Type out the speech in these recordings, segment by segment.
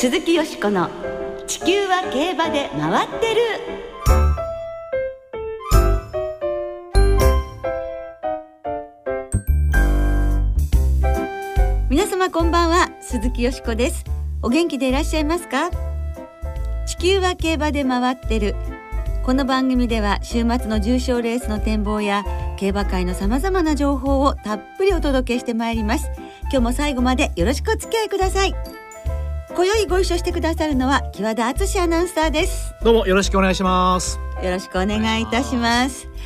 鈴木よしこの地球は競馬で回ってる。皆様こんばんは、鈴木よしこです。お元気でいらっしゃいますか？地球は競馬で回ってる。この番組では週末の重賞レースの展望や競馬界のさまざまな情報をたっぷりお届けしてまいります。今日も最後までよろしくお付き合いください。今宵ご一緒してくださるのは木和田敦アナウンサーです。 どうもよろしくお願いします。 よろしくお願いいたします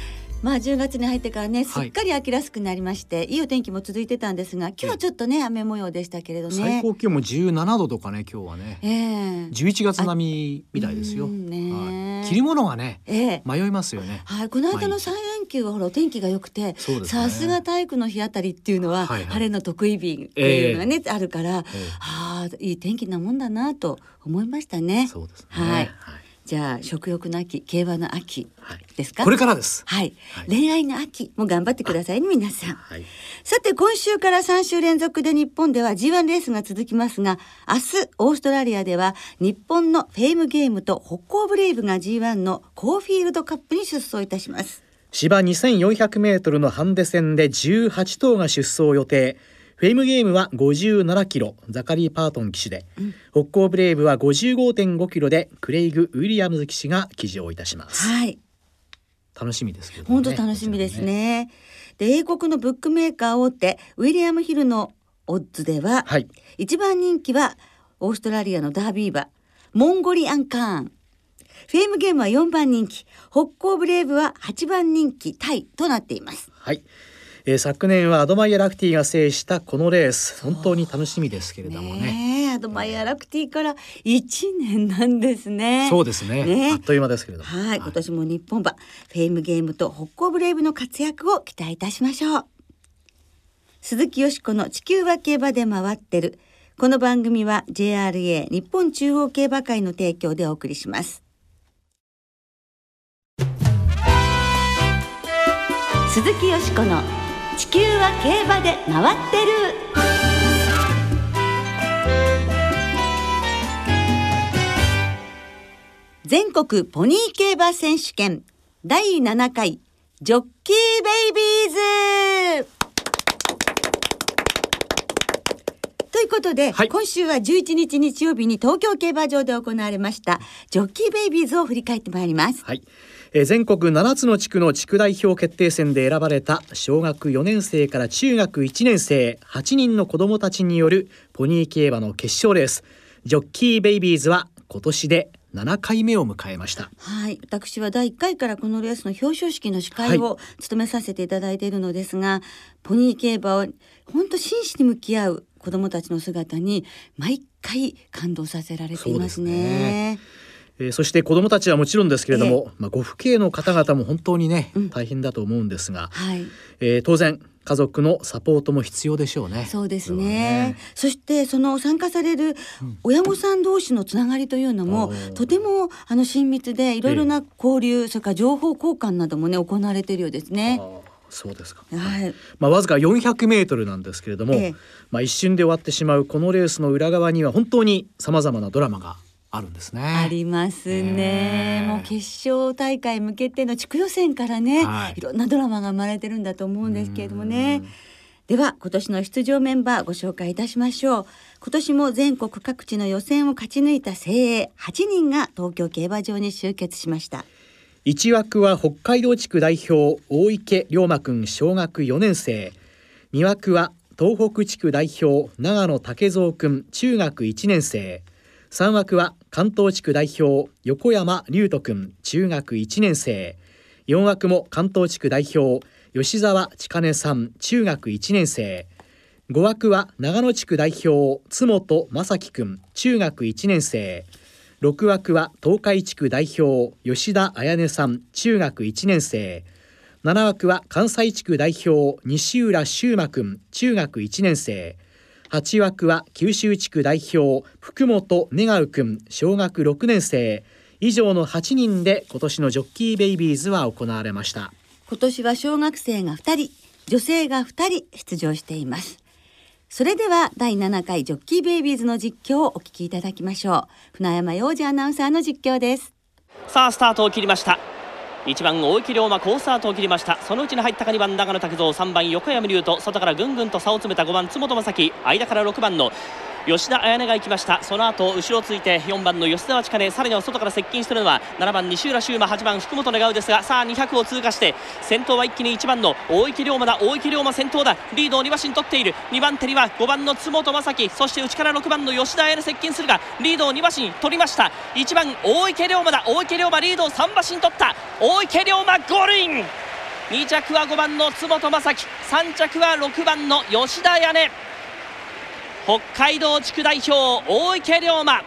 。10月に入ってからね、すっかり秋らしくなりまして、いいお天気も続いてたんですが、今日はちょっとね雨模様でしたけれどね。 最高気温も17度とかね、今日はね、11月並みみたいですよ。着るものがね、迷いますよね。 この間の3連休はほらお天気が良くて、さすが体育の日あたりっていうのは、晴れの得意日っていうのがね、あるから、いい天気なもんだなと思いましたね。 そうですね。 じゃあ食欲の秋、競馬の秋ですか？ これからです。 恋愛の秋も頑張ってくださいね、皆さん。さて今週から3週連続で日本では G1 レースが続きますが、明日オーストラリアでは日本のフェイムゲームと北港ブレイブが G1 のコーフィールドカップに出走いたします。 芝2400メートルのハンデ戦で18頭が出走予定。フェイムゲームは57キロ、ザカリー・パートン騎手で、北港ブレイブは 55.5 キロでクレイグ・ウィリアムズ騎手が騎乗いたします。楽しみですけどね。 本当楽しみですね。で、英国のブックメーカー大手ウィリアムヒルのオッズでは、一番人気はオーストラリアのダービー馬モンゴリアンカーン、フェイムゲームは4番人気、北港ブレイブは8番人気タイとなっています。 昨年はアドマイアラクティが制したこのレース、本当に楽しみですけれどもね。 アドマイアラクティから1年なんですね。 そうですね。あっという間ですけれども、 今年も日本馬フェイムゲームと北港ブレイブの活躍を期待いたしましょう。鈴木よしこの地球は競馬で回ってる。この番組は JRA 日本中央競馬会の提供でお送りします。鈴木よしこの地球は競馬で回ってる。全国ポニー競馬選手権第7回ジョッキーベイビーズということで、今週は11日日曜日に東京競馬場で行われましたジョッキーベイビーズを振り返ってまいります。 全国7つの地区の地区代表決定戦で選ばれた小学4年生から中学1年生8人の子どもたちによるポニー競馬の決勝レースジョッキーベイビーズは今年で7回目を迎えました。 私は第1回からこのレースの表彰式の司会を務めさせていただいているのですが、ポニー競馬を本当真摯に向き合う子どもたちの姿に毎回感動させられていますね。 そして子どもたちはもちろんですけれども、ご父兄の方々も本当にね、大変だと思うんですが、当然家族のサポートも必要でしょうね。 そうですね。そしてその参加される親御さん同士のつながりというのもとても親密で、いろいろな交流、それから情報交換などもね行われているようですね。 そうですか。わずか400メートルなんですけれども、一瞬で終わってしまうこのレースの裏側には本当にさまざまなドラマがあるんですね。 ありますね。もう決勝大会向けての地区予選からね、いろんなドラマが生まれてるんだと思うんですけれどもね。では今年の出場メンバーご紹介いたしましょう。今年も全国各地の予選を勝ち抜いた精鋭8人が東京競馬場に集結しました。 1枠は北海道地区代表大池龍馬くん小学4年生、2枠は東北地区代表長野武蔵くん中学1年生、3枠は関東地区代表横山龍斗くん中学1年生、4枠も関東地区代表吉沢千佳音さん中学1年生、5枠は長野地区代表津本正樹くん中学1年生、6枠は東海地区代表吉田彩音さん中学1年生、7枠は関西地区代表西浦修馬くん中学1年生、8枠は九州地区代表福本願くん小学6年生。以上の8人で今年のジョッキーベイビーズは行われました。 今年は小学生が2人、女性が2人出場しています。 それでは第7回ジョッキーベイビーズの実況をお聞きいただきましょう。船山洋二アナウンサーの実況です。 さあスタートを切りました。1番大池龍馬好スタートを切りました。そのうちに入ったか2番長野竹蔵、3番横山龍斗、外からぐんぐんと差を詰めた5番津本正樹、間から6番の吉田彩音が行きました。その後後ろをついて4番の吉澤千佳音、さらには外から接近しているのは7番西浦修馬、8番福本願うですが、さあ200を通過して先頭は一気に1番の大池龍馬だ。大池龍馬先頭だ。リードを2馬身取っている。2番手には5番の津本正樹、そして内から6番の吉田彩音接近するがリードを2馬身取りました。1番大池龍馬だ。大池龍馬リードを3馬身取った。大池龍馬ゴールイン。2着は5番の津本正樹、3着は6番の吉田彩音。北海道地区代表大池龍馬。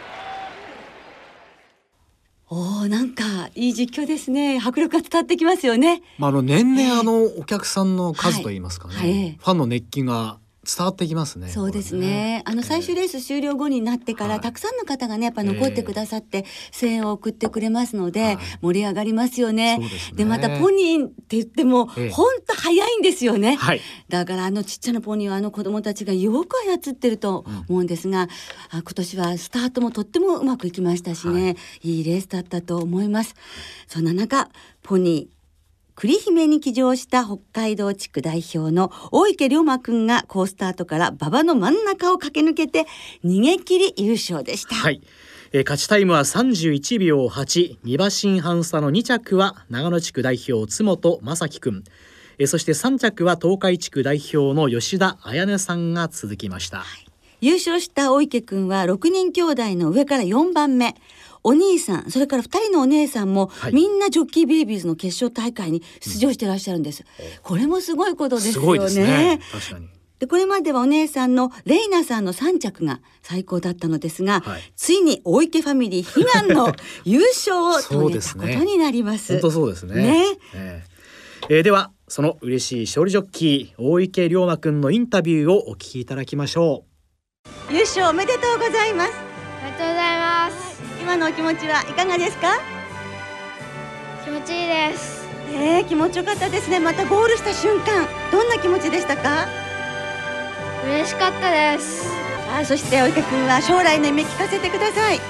なんかいい実況ですね。迫力が伝わってきますよね。 年々お客さんの数といいますかね、ファンの熱気が伝わってきますね。 そうですね。最終レース終了後になってから、たくさんの方がねやっぱ残ってくださって声援を送ってくれますので、盛り上がりますよね。でまたポニーって言っても本当早いんですよね。だからちっちゃなポニーは子どもたちがよく操ってると思うんですが、今年はスタートもとってもうまくいきましたしね、いいレースだったと思います。そんな中ポニー栗姫に騎乗した北海道地区代表の大池龍馬くんが好スタートから馬場の真ん中を駆け抜けて逃げ切り優勝でした。 勝ちタイムは31秒8、2馬身半差の2着は長野地区代表津本正樹くん、そして3着は東海地区代表の吉田彩音さんが続きました。 優勝した大池くんは6人兄弟の上から4番目、お兄さんそれから2人のお姉さんも、みんなジョッキーベイビーズの決勝大会に出場していらっしゃるんです。これもすごいことですよね。 すごいですね。確かに。 でこれまではお姉さんのレイナさんの3着が最高だったのですが、ついに大池ファミリー悲願の優勝を遂げたことになります。 本当そうですね。ではその嬉しい勝利ジョッキー大池龍馬くんのインタビューをお聞きいただきましょう。優勝おめでとうございます。 ありがとうございます。 今のお気持ちはいかがですか？ 気持ちいいです。 気持ちよかったですね。またゴールした瞬間どんな気持ちでしたか？ 嬉しかったです。 そして大池くんは将来の夢聞かせてください。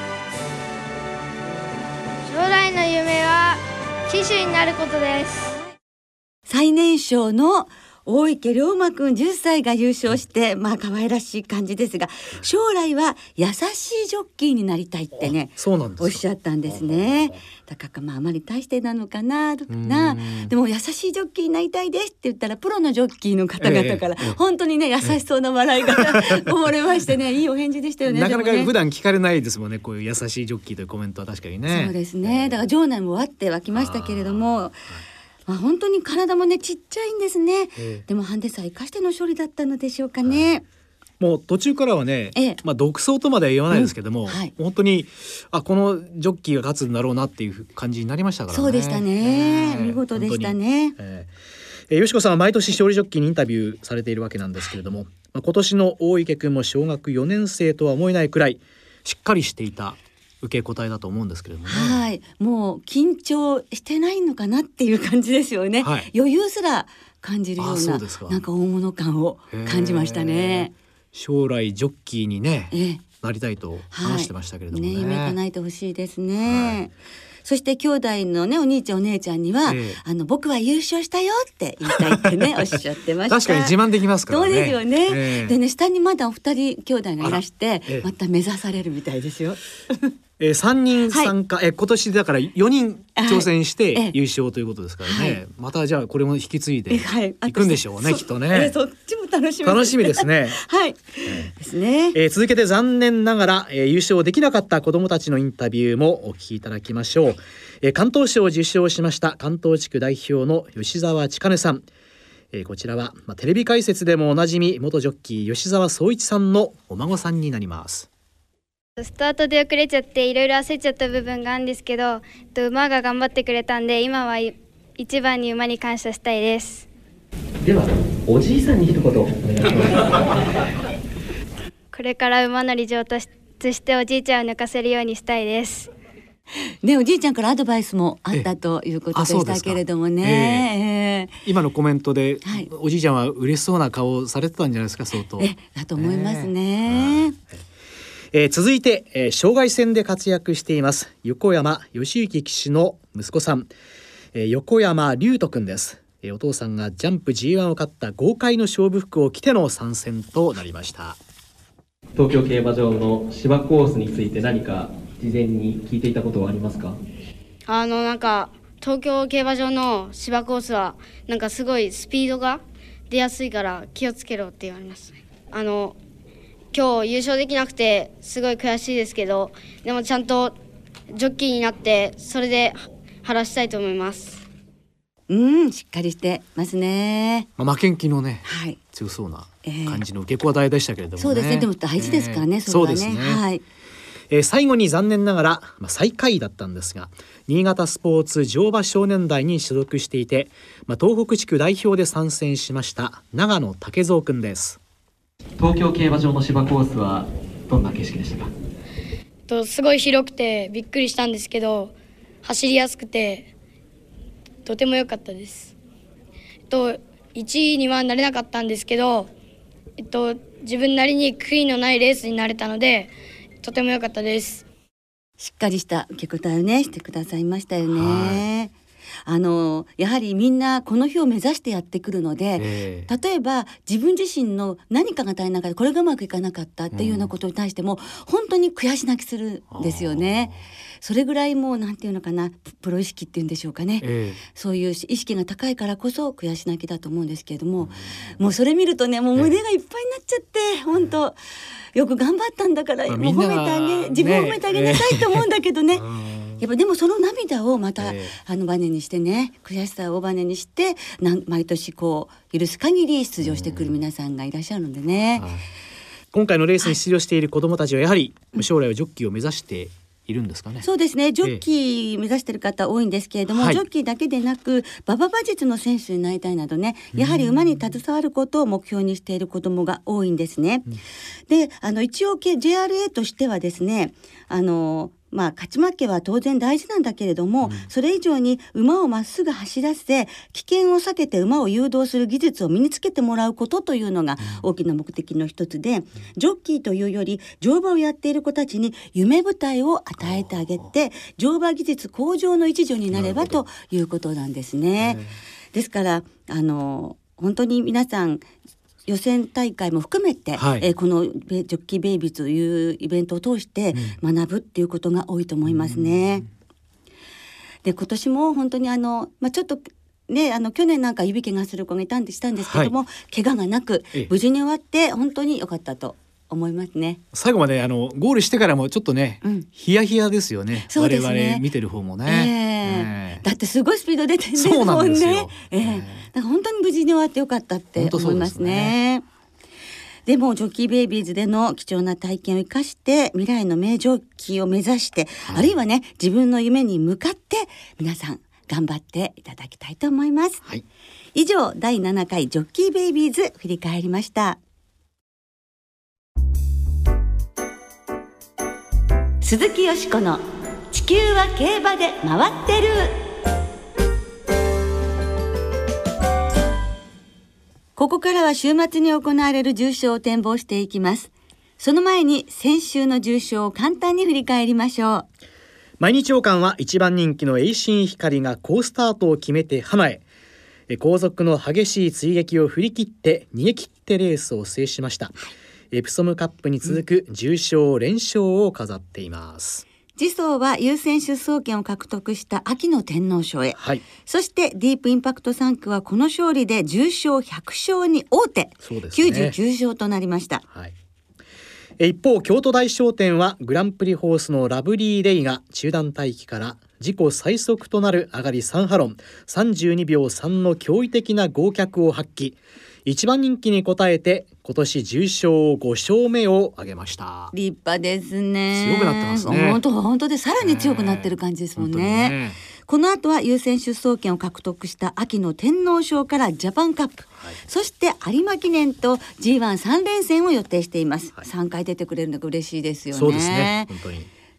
将来の夢は騎手になることです。 最年少の大池龍馬くん10歳が優勝して、可愛らしい感じですが、将来は優しいジョッキーになりたいってね、おっしゃったんですね。だからあまり大してなのかなでも優しいジョッキーになりたいですって言ったらプロのジョッキーの方々から本当にね優しそうな笑いがこぼれましてね、いいお返事でしたよね。 なかなか普段聞かれないですもんね、こういう優しいジョッキーというコメントは。確かにね。 そうですね。だから場内もわって湧きましたけれども、本当に体もねちっちゃいんですね。でもハンデさん生かしての勝利だったのでしょうかね。 もう途中からはね、独走とまでは言わないですけども、本当にこのジョッキーが勝つんだろうなっていう感じになりましたからね。 そうでしたね。見事でしたね。 よしこさんは毎年勝利ジョッキーにインタビューされているわけなんですけれども、今年の大池くんも小学4年生とは思えないくらいしっかりしていた受け答えだと思うんですけれどもね。もう緊張してないのかなっていう感じですよね。余裕すら感じるようななんか大物感を感じましたね。 将来ジョッキーにね、なりたいと話してましたけれどもね。 夢叶えてほしいですね。そして兄弟のねお兄ちゃんお姉ちゃんには、僕は優勝したよって言いたいってねおっしゃってました。 確かに自慢できますからね。 そうですよね。でね下にまだお二人兄弟がいらして、また目指されるみたいですよ。 3人参加、今年だから4人挑戦して優勝ということですからね、またじゃあこれも引き継いでいくんでしょうね、きっとね。 そっちも楽しみですね。 ですね。 続けて残念ながら、優勝できなかった子どもたちのインタビューもお聞きいただきましょう。関東賞を受賞しました関東地区代表の吉澤千佳音さん、こちらは、テレビ解説でもおなじみ元ジョッキー吉澤総一さんのお孫さんになります。 スタートで遅れちゃっていろいろ焦っちゃった部分があるんですけど、馬が頑張ってくれたんで今は一番に馬に感謝したいです。 ではおじいさんに一言お願いします。 これから馬乗り上達しておじいちゃんを抜かせるようにしたいです。 ね、おじいちゃんからアドバイスもあったということでしたけれどもね。 今のコメントで、 はい、 おじいちゃんは嬉しそうな顔をされてたんじゃないですか、相当。 だと思いますね。 続いて、障害戦で活躍しています横山義行騎手の息子さん、横山龍斗くんです。お父さんがジャンプ G1 を勝った豪快の勝負服を着ての参戦となりました。 東京競馬場の芝コースについて何か事前に聞いていたことはありますか？ なんか東京競馬場の芝コースはなんかすごいスピードが出やすいから気をつけろって言われます。今日優勝できなくてすごい悔しいですけど、でもちゃんとジョッキーになってそれで晴らしたいと思います。 しっかりしてますね。 負けん気のね、 はい、 強そうな感じの下校台でしたけれどもね。 そうですね。でも大事ですからね、それはね。 そうですね。 はい。 最後に残念ながら、最下位だったんですが、新潟スポーツ乗馬少年団に所属していて、東北地区代表で参戦しました長野武蔵くんです。 東京競馬場の芝コースはどんな景色でしたか？ すごい広くてびっくりしたんですけど、走りやすくてとても良かったです。1位にはなれなかったんですけど、自分なりに悔いのないレースになれたのでとても良かったです。 しっかりした受け答えをねしてくださいましたよね。やはりみんなこの日を目指してやってくるので、例えば自分自身の何かが足りなかった、これがうまくいかなかったっていうようなことに対しても本当に悔し泣きするんですよね。それぐらいもうなんていうのかな、プロ意識っていうんでしょうかね、そういう意識が高いからこそ悔し泣きだと思うんですけれども、もうそれ見るとね、もう胸がいっぱいになっちゃって、本当よく頑張ったんだから、もう褒めてあげ、自分を褒めてあげなさいと思うんだけどねやっぱでもその涙をまた、バネにしてね、悔しさをバネにして毎年こう許す限り出場してくる皆さんがいらっしゃるのでね、 今回のレースに出場している子どもたちはやはり将来はジョッキーを目指しているんですかね。 そうですね、ジョッキー目指している方多いんですけれども、ジョッキーだけでなく馬場馬術の選手になりたいなどね、やはり馬に携わることを目標にしている子どもが多いんですね。で、一応 JRA としてはですね、勝ち負けは当然大事なんだけれども、それ以上に馬をまっすぐ走らせ、危険を避けて馬を誘導する技術を身につけてもらうことというのが大きな目的の一つで、ジョッキーというより乗馬をやっている子たちに夢舞台を与えてあげて、乗馬技術向上の一助になればということなんですね。ですから本当に皆さん予選大会も含めて、このジョッキーベイビーというイベントを通して学ぶっていうことが多いと思いますね。で、今年も本当にちょっとね、去年なんか指怪我する子がしたんですけども、怪我がなく無事に終わって本当に良かったと思いますね。 最後までゴールしてからもちょっとね、ヒヤヒヤですよね。 そうですね、 我々見てる方もね、 だってすごいスピード出てるそうなんですよ、 だから本当に無事に終わってよかったって思いますね。でもジョッキーベイビーズでの貴重な体験を生かして未来の名ジョッキーを目指して、あるいはね、自分の夢に向かって皆さん頑張っていただきたいと思います。以上、第7回ジョッキーベイビーズ振り返りました。鈴木よしこの地球は競馬で回ってる。ここからは週末に行われる重賞を展望していきます。その前に先週の重賞を簡単に振り返りましょう。 毎日王冠は1番人気の栄新光が好スタートを決めてハマへ、後続の激しい追撃を振り切って逃げ切ってレースを制しました。エプソムカップに続く重賞連勝を飾っています。 次走は優先出走権を獲得した秋の天皇賞へ、そしてディープインパクト3区はこの勝利で重賞100勝に王手、99勝となりました。 一方、京都大賞典はグランプリホースのラブリーレイが中段待機から自己最速となる上がり3ハロン32秒3の驚異的な豪脚を発揮。一番人気に応えて今年重賞5勝目を挙げました。 立派ですね。 強くなってますね。 本当でさらに強くなってる感じですもんね。この後は優先出走権を獲得した秋の天皇賞からジャパンカップ、そして有馬記念と G13 連戦を予定しています。3回出てくれるのが嬉しいですよね。 そうですね、本当に。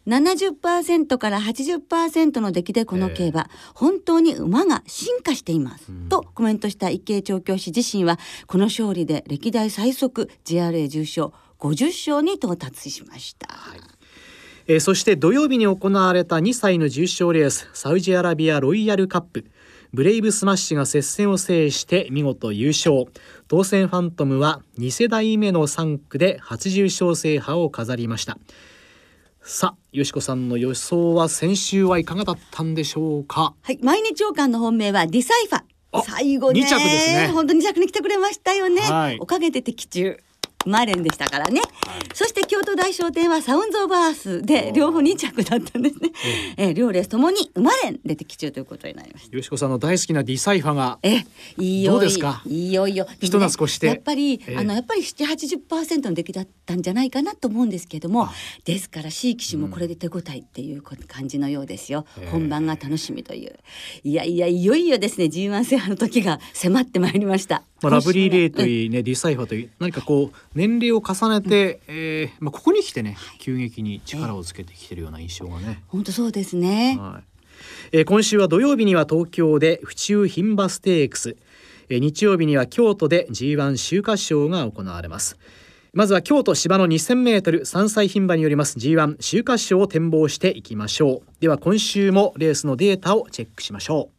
70% から 80% の出来でこの競馬、本当に馬が進化しています、とコメントした池江調教師自身は、この勝利で歴代最速 JRA 重賞50勝に到達しました。 そして土曜日に行われた2歳の重賞レース、サウジアラビアロイヤルカップ、ブレイブスマッシュが接戦を制して見事優勝。当選ファントムは2世代目の3区で初重賞制覇を飾りました。さあ、よしこさんの予想は先週はいかがだったんでしょうか。 はい、毎日王冠の本命はディサイファ、最後ね、 2着ですね。 本当に2着に来てくれましたよね、 はい、 おかげで的中マーレンでしたからね、そして京都大賞典はサウンズオブアースで両方2着だったんですね、両レースともに馬連で的中ということになりました。 よしこさんの大好きなディサイファがいよどうですか。 いよいよ、 一夏越して、 やっぱり7-80% の出来だったんじゃないかなと思うんですけども、ですから C 騎手もこれで手応えっていう感じのようですよ、本番が楽しみという。いよいよですね、 G1 制覇の時が迫ってまいりました。 ラブリーレイといいね、ディサイファといい、何かこう年齢を重ねて、ここに来てね、急激に力をつけてきてるような印象がね、 本当そうですね、 今週は土曜日には東京で府中牝馬ステークス、日曜日には京都で G1 秋華賞が行われます。まずは京都芝の 2000m 3歳牝馬によります G1 秋華賞を展望していきましょう。では今週もレースのデータをチェックしましょう。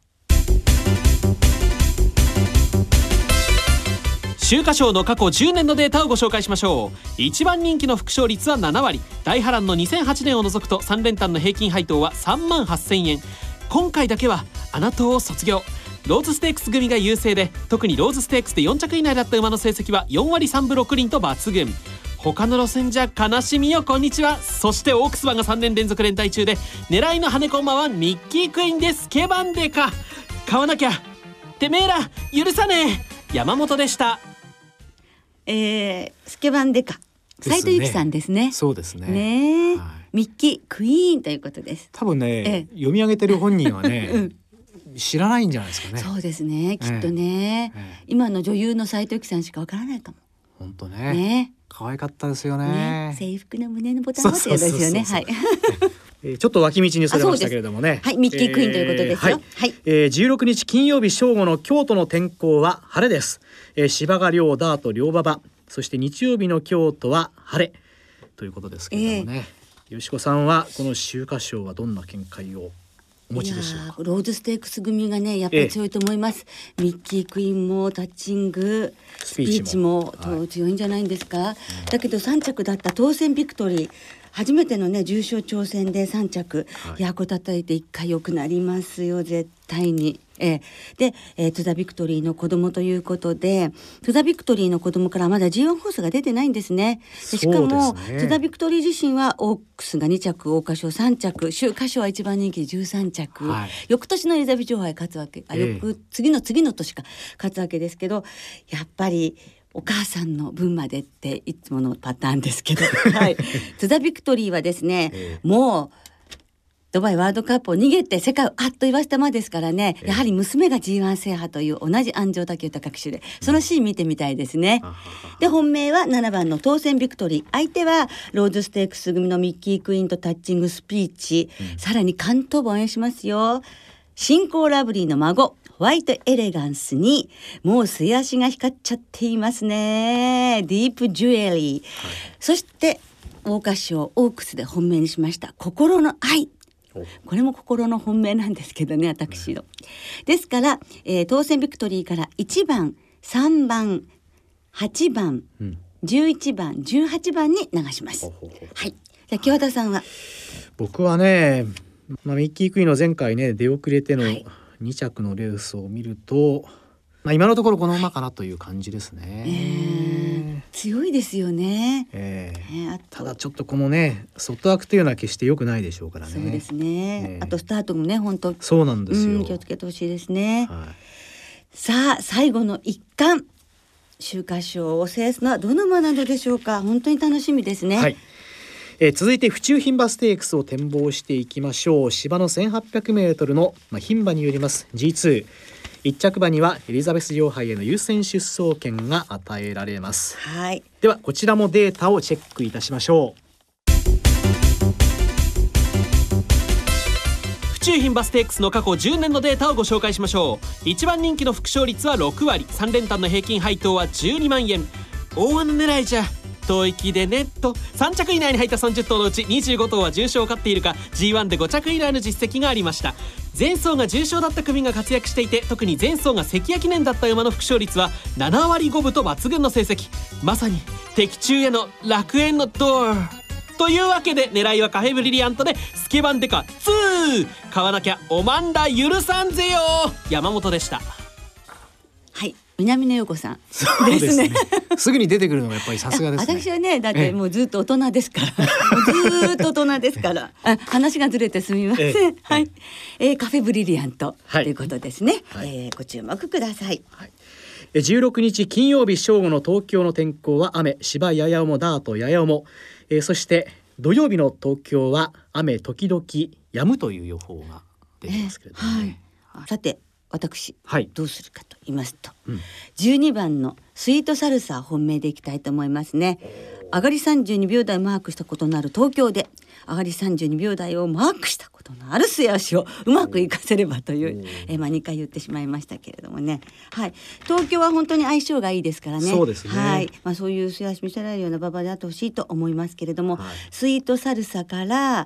秋華賞の過去10年のデータをご紹介しましょう。1番人気の副賞率は7割、大波乱の2008年を除くと3連単の平均配当は3万8000円。今回だけは穴党を卒業。ローズステークス組が優勢で、特にローズステークスで4着以内だった馬の成績は4割3分6厘と抜群。他の路線じゃ悲しみよこんにちは。そしてオークス馬が3年連続連帯中で、狙いの跳ね込馬はミッキークイーンでスケバンデカ、買わなきゃてめえら許さねえ。山本でした。 スケバンデカ斉藤由貴さんですね。 そうですね、 ミッキークイーンということです。 多分ね、読み上げてる本人はね、知らないんじゃないですかね。 そうですね、きっとね、今の女優の斉藤由貴さんしかわからないかも。 本当ね、可愛かったですよね。 制服の胸のボタンをってやつですよね。 ちょっと脇道にそれましたけれどもね、 ミッキークイーンということですよ。 16日金曜日正午の京都の天候は晴れです。芝が両ダート両馬場、そして日曜日の京都は晴れということですけれどもね、よしこさんはこの秋華賞はどんな見解をお持ちでしょうか。 ローズステークス組がね、やっぱり強いと思います。ミッキークイーンもタッチングスピーチも強いんじゃないんですか。だけど3着だった当選ビクトリー、初めてのね重賞挑戦で3着、役叩いて1回良くなりますよ絶対に。で、トゥザビクトリーの子供ということで、トゥザビクトリーの子供からまだ G1 ホースが出てないんですね。でしかも、トゥザビクトリー自身はオークスが2着、桜花賞3着、秋華賞は一番人気13着、翌年のエリザベス女王杯勝つわけ、次の年か勝つわけですけど、やっぱりお母さんの分までっていつものパターンですけど、トゥザビクトリーはですね、もうドバイワールドカップを逃げて世界をあっと言わせた馬ですからね、やはり娘が G1 制覇という同じ安城武豊騎手で、そのシーン見てみたいですね。で、本命は7番の当選ビクトリー、相手はローズステークス組のミッキークイーンとタッチングスピーチ、さらに関東馬応援しますよ。新興ラブリーの孫ホワイトエレガンスにもう末足が光っちゃっていますね、ディープジュエリー、そして桜花賞オークスで本命にしました心の愛、これも心の本命なんですけどね、私の。ですから、当選ビクトリーから1番、3番、8番、11番、18番に流します。はい。じゃあ清田さんは。 僕はね、ミッキークイーンの前回ね出遅れての2着のレースを見ると、今のところこの馬かなという感じですね。 強いですよね。 ただちょっとこのね外枠というのは決して良くないでしょうからね。 そうですね。あとスタートもね本当そうなんですよ。 気をつけてほしいですね。さあ最後の一冠秋華賞を制すのはどの馬なのでしょうか。本当に楽しみですね。 続いて府中牝馬ステークスを展望していきましょう。芝の 1800m の牝馬によります G2、 1着馬にはエリザベス女王杯への優先出走権が与えられます。ではこちらもデータをチェックいたしましょう。 中牝馬ステークスの過去10年のデータをご紹介しましょう。1番人気の副勝率は6割、3連単の平均配当は12万円。大穴狙いじゃ遠い気でねと3着以内に入った30頭のうち25頭は重賞を勝っているか G1 で5着以来の実績がありました。前走が重賞だった組が活躍していて、特に前走が関谷記念だった馬の副勝率は7割5分と抜群の成績。まさに的中への楽園のドアというわけで、狙いはカフェブリリアントでスケバンデカ2買わなきゃおまんら許さんぜよ。山本でした。 はい、南野陽子さんそうですねすぐに出てくるのがやっぱりさすがですね。 私はねだってもうずっと大人ですからもうずっと大人ですから話がずれてすみません。はい、カフェブリリアントということですね。ご注目ください。 16日金曜日正午の東京の天候は雨、芝やや重ダートやや重、そして土曜日の東京は雨時々止むという予報が出てますけれどもね。 さて私、どうするかと言いますと、12番のスイートサルサ本命でいきたいと思いますね。上がり32秒台をマークしたことのある東京で上がり32秒台をマークしたことのある末脚をうまく活かせればという、2回言ってしまいましたけれどもね、東京は本当に相性がいいですからね。そうですね、そういう末脚見せられるような馬場であってほしいと思いますけれども、スイートサルサから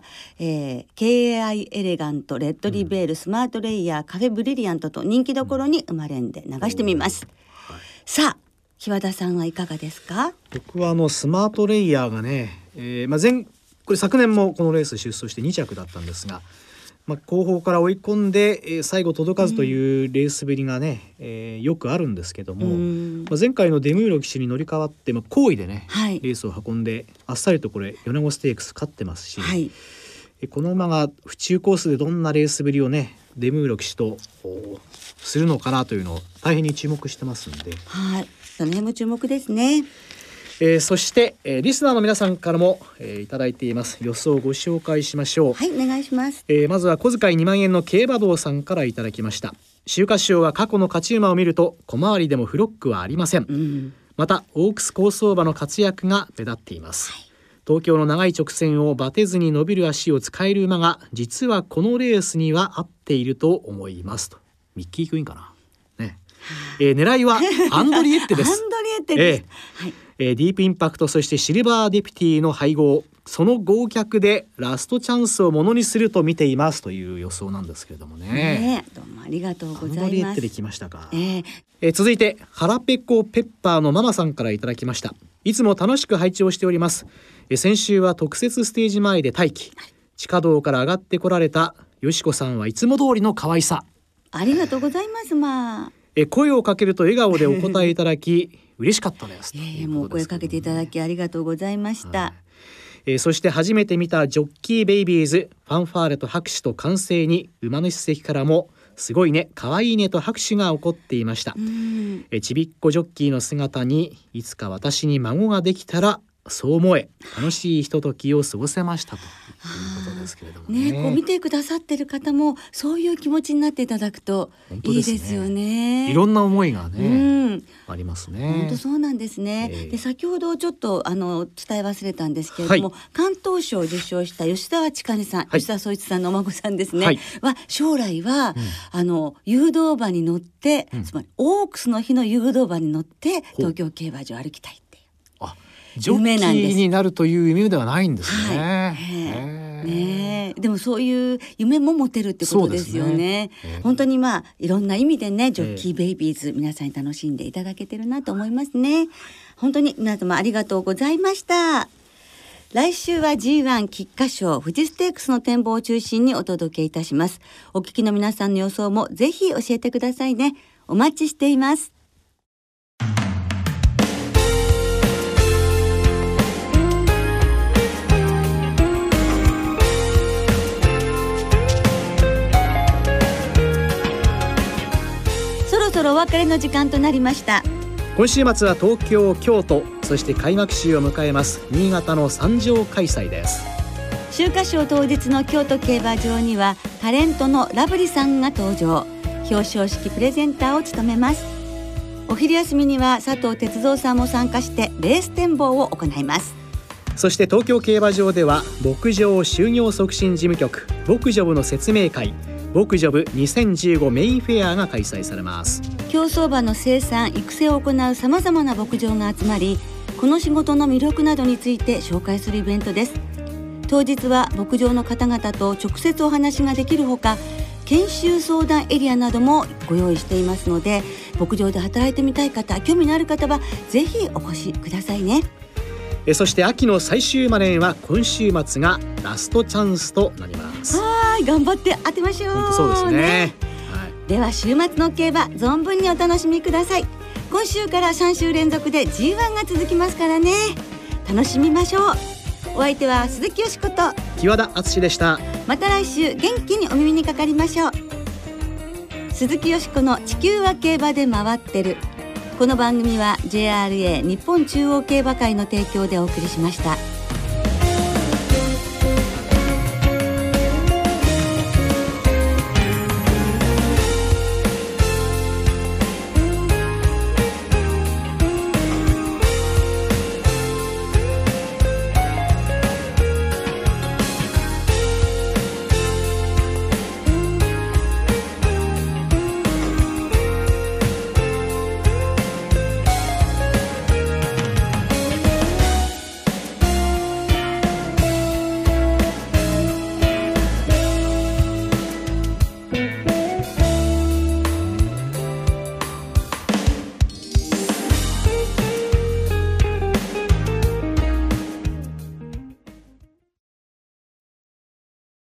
、KAI エレガント、レッドリベール、スマートレイヤー、カフェブリリアントと人気どころに生まれんで流してみます。さあ木和田さんはいかがですか？ 僕はスマートレイヤーがね、これ昨年もこのレース出走して2着だったんですが、後方から追い込んで、最後届かずというレースぶりがね、よくあるんですけども、前回のデムーロ騎手に乗り換わって、好意でね、レースを運んであっさりとこれ米子ステークス勝ってますし、この馬が府中コースでどんなレースぶりをねデムーロ騎手とするのかなというのを大変に注目してますんで、 その辺も注目ですね。 そして、リスナーの皆さんからも、いただいています予想をご紹介しましょう。 はい、お願いします。 まずは小遣い2万円の競馬道さんからいただきました。秋華賞は過去の勝ち馬を見ると小回りでもフロックはありません、またオークス好走馬の活躍が目立っています、東京の長い直線をバテずに伸びる足を使える馬が実はこのレースには合っていると思いますと。ミッキークイーンかな、狙いはアンドリエッテですアンドリエッテです、 ディープインパクト、そしてシルバーデピティの配合、その合脚でラストチャンスをものにすると見ていますという予想なんですけれどもね。 どうもありがとうございます。 アンドリエッテできましたか。続いて腹ペコペッパーのママさんからいただきました。いつも楽しく拝聴しております。先週は特設ステージ前で待機、地下道から上がってこられたよしこさんはいつも通りの可愛さ、 ありがとうございます。 声をかけると笑顔でお答えいただき嬉しかったです。 もう声かけていただきありがとうございました。 そして初めて見たジョッキーベイビーズ、ファンファーレと拍手と歓声に馬主席からもすごいね、可愛いねと拍手が起こっていました。ちびっこジョッキーの姿にいつか私に孫ができたらそう思え、楽しいひとときを過ごせましたということですけれどもね。 こう見てくださってる方もそういう気持ちになっていただくといいですよね。 いろんな思いがね、ありますね。 本当そうなんですね。で先ほどちょっと伝え忘れたんですけれども、関東賞を受賞した吉澤千佳さん、吉澤総一さんのお孫さんですね、将来は、誘導馬に乗って、つまりオークスの日の誘導馬に乗って東京競馬場を歩きたい。 ジョッキーになるという夢ではないんですね。 でもそういう夢も持てるってことですよね。本当にいろんな意味でね、ジョッキーベイビーズ、皆さんに楽しんでいただけてるなと思いますね。本当に皆様ありがとうございました。来週は G1 菊花賞富士ステークスの展望を中心にお届けいたします。お聞きの皆さんの予想もぜひ教えてくださいね。お待ちしています。そろお別れの時間となりました。 今週末は東京、京都、そして開幕週を迎えます新潟の3場開催です。 秋華賞当日の京都競馬場にはタレントのラブリさんが登場、表彰式プレゼンターを務めます。お昼休みには佐藤哲三さんも参加してレース展望を行います。 そして東京競馬場では牧場就業促進事務局牧場部の説明会牧場部2015メインフェアが開催されます。 競走馬の生産育成を行うさまざまな牧場が集まり、この仕事の魅力などについて紹介するイベントです。当日は牧場の方々と直接お話ができるほか、研修相談エリアなどもご用意していますので、牧場で働いてみたい方、興味のある方はぜひお越しくださいね。 そして秋の最終馬連は今週末がラストチャンスとなります。 はい、頑張って当てましょう。 本当そうですね。 はい、では週末の競馬存分にお楽しみください。今週から3週連続で G1 が続きますからね、楽しみましょう。お相手は鈴木よしこと木和田敦でした。 また来週元気にお耳にかかりましょう。鈴木よしこの地球は競馬で回ってる。この番組は JRA 日本中央競馬会の提供でお送りしました。